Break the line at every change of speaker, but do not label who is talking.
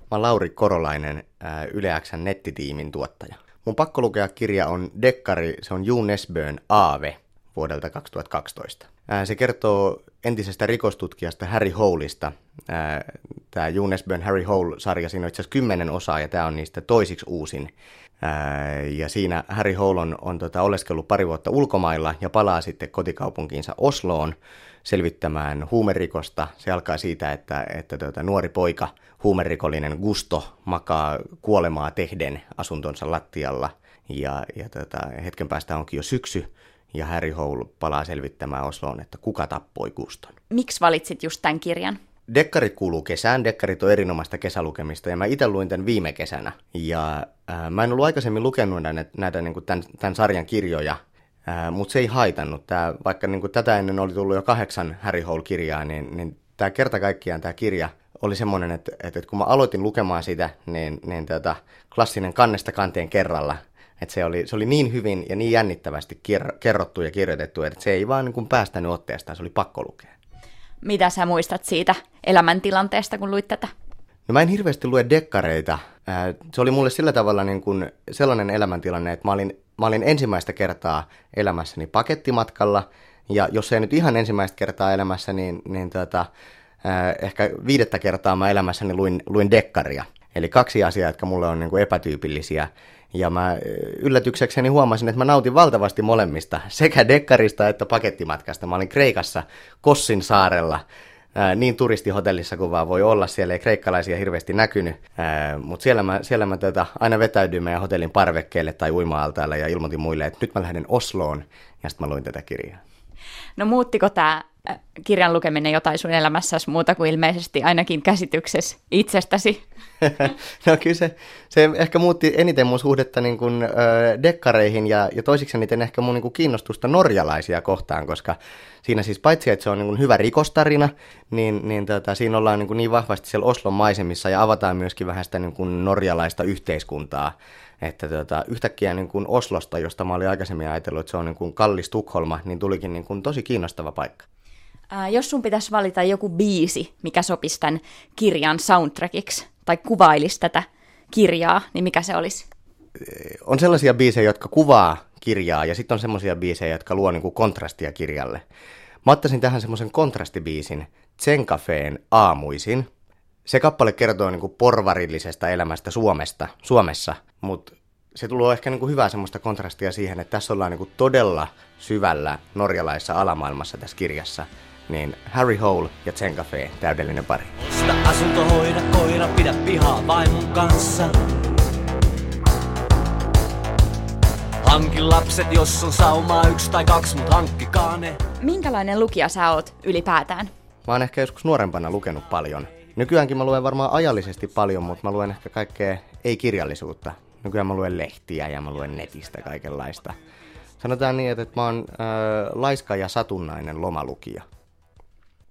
Mä oon Lauri Korolainen, Yle X:n nettitiimin tuottaja. Mun pakkolukea kirja on dekkari, se on Hugh Nesbøn Aave vuodelta 2012. Se kertoo entisestä rikostutkijasta Harry Holeista. Tämä Hugh Nesbøn Harry Hole-sarja, siinä on itse asiassa 10 osaa ja tämä on niistä toisiksi uusin. Ja siinä Harry Hole on oleskellut pari vuotta ulkomailla ja palaa sitten kotikaupunkiinsa Osloon selvittämään huumerikosta. Se alkaa siitä, että nuori poika, huumerikollinen Gusto, makaa kuolemaa tehden asuntonsa lattialla. Ja hetken päästä onkin jo syksy ja Harry Hole palaa selvittämään Osloon, että kuka tappoi Guston.
Miksi valitsit just tämän kirjan?
Dekkarit kuuluu kesään, dekkarit on erinomaista kesälukemista ja mä itse luin tämän viime kesänä. Ja mä en ollut aikaisemmin lukenut näitä niin kuin tämän sarjan kirjoja, mutta se ei haitannut. Vaikka niin kuin tätä ennen oli tullut jo 8 Harry Hole-kirjaa, niin tämä kerta kaikkiaan tämä kirja oli semmoinen, että kun mä aloitin lukemaan sitä, niin klassinen kannesta kanteen kerralla, että se oli niin hyvin ja niin jännittävästi kerrottu ja kirjoitettu, että se ei vaan niin kuin päästänyt otteestaan, se oli pakko lukea.
Mitä sä muistat siitä elämäntilanteesta, kun luit tätä?
No mä en hirveästi lue dekkareita. Se oli mulle sillä tavalla niin kuin sellainen elämäntilanne, että mä olin ensimmäistä kertaa elämässäni pakettimatkalla, ja jos ei nyt ihan ensimmäistä kertaa elämässä, niin ehkä 5. kertaa mä elämässäni luin dekkaria. Eli 2 asiaa, jotka mulle on niin kuin epätyypillisiä. Ja mä yllätyksekseni huomasin, että mä nautin valtavasti molemmista, sekä dekkarista että pakettimatkasta. Mä olin Kreikassa Kossin saarella, niin turistihotellissa kuin vaan voi olla. Siellä ei kreikkalaisia hirveästi näkynyt, mutta siellä mä aina vetäydyin meidän hotellin parvekkeelle tai uima-altaalla ja ilmoitin muille, että nyt mä lähden Osloon, ja sitten mä luin tätä kirjaa.
No muuttiko tämä kirjan lukeminen jotain sun elämässäsi muuta kuin ilmeisesti ainakin käsityksessä itsestäsi?
No kyllä se ehkä muutti eniten mun suhdetta niin kuin, dekkareihin ja toisiksi eniten ehkä mun niin kuin kiinnostusta norjalaisia kohtaan, koska siinä siis paitsi, että se on niin kuin hyvä rikostarina, niin siinä ollaan niin vahvasti siellä Oslon maisemissa ja avataan myöskin vähän sitä niin kuin norjalaista yhteiskuntaa. Että yhtäkkiä niin kuin Oslosta, josta mä olin aikaisemmin ajatellut, että se on niin kuin kallis Tukholma, niin tulikin niin kuin tosi kiinnostava paikka.
Jos sun pitäisi valita joku biisi, mikä sopisi tämän kirjan soundtrackiksi, tai kuvailisi tätä kirjaa, niin mikä se olisi?
On sellaisia biisejä, jotka kuvaa kirjaa, ja sitten on sellaisia biisejä, jotka luo niin kuin kontrastia kirjalle. Mä ottaisin tähän semmoisen kontrastibiisin, Zen-cafeen Aamuisin. Se kappale kertoo niin kuin porvarillisesta elämästä Suomessa, mutta se tulee ehkä niin kuin hyvää semmoista kontrastia siihen, että tässä ollaan niin kuin todella syvällä norjalaisessa alamaailmassa tässä kirjassa. Niin Harry Hole ja Zen-cafe, täydellinen pari.
Osta asunto, hoida koira, pidä pihaa vaimon kanssa. Hanki lapset, jos on saumaa 1 tai 2, mut hankkikaa ne.
Minkälainen lukija sä oot ylipäätään?
Mä oon ehkä joskus nuorempana lukenut paljon. Nykyäänkin mä luen varmaan ajallisesti paljon, mutta mä luen ehkä kaikkea ei-kirjallisuutta. Nykyään mä luen lehtiä ja mä luen netistä kaikenlaista. Sanotaan niin, että mä oon laiska ja satunnainen lomalukija.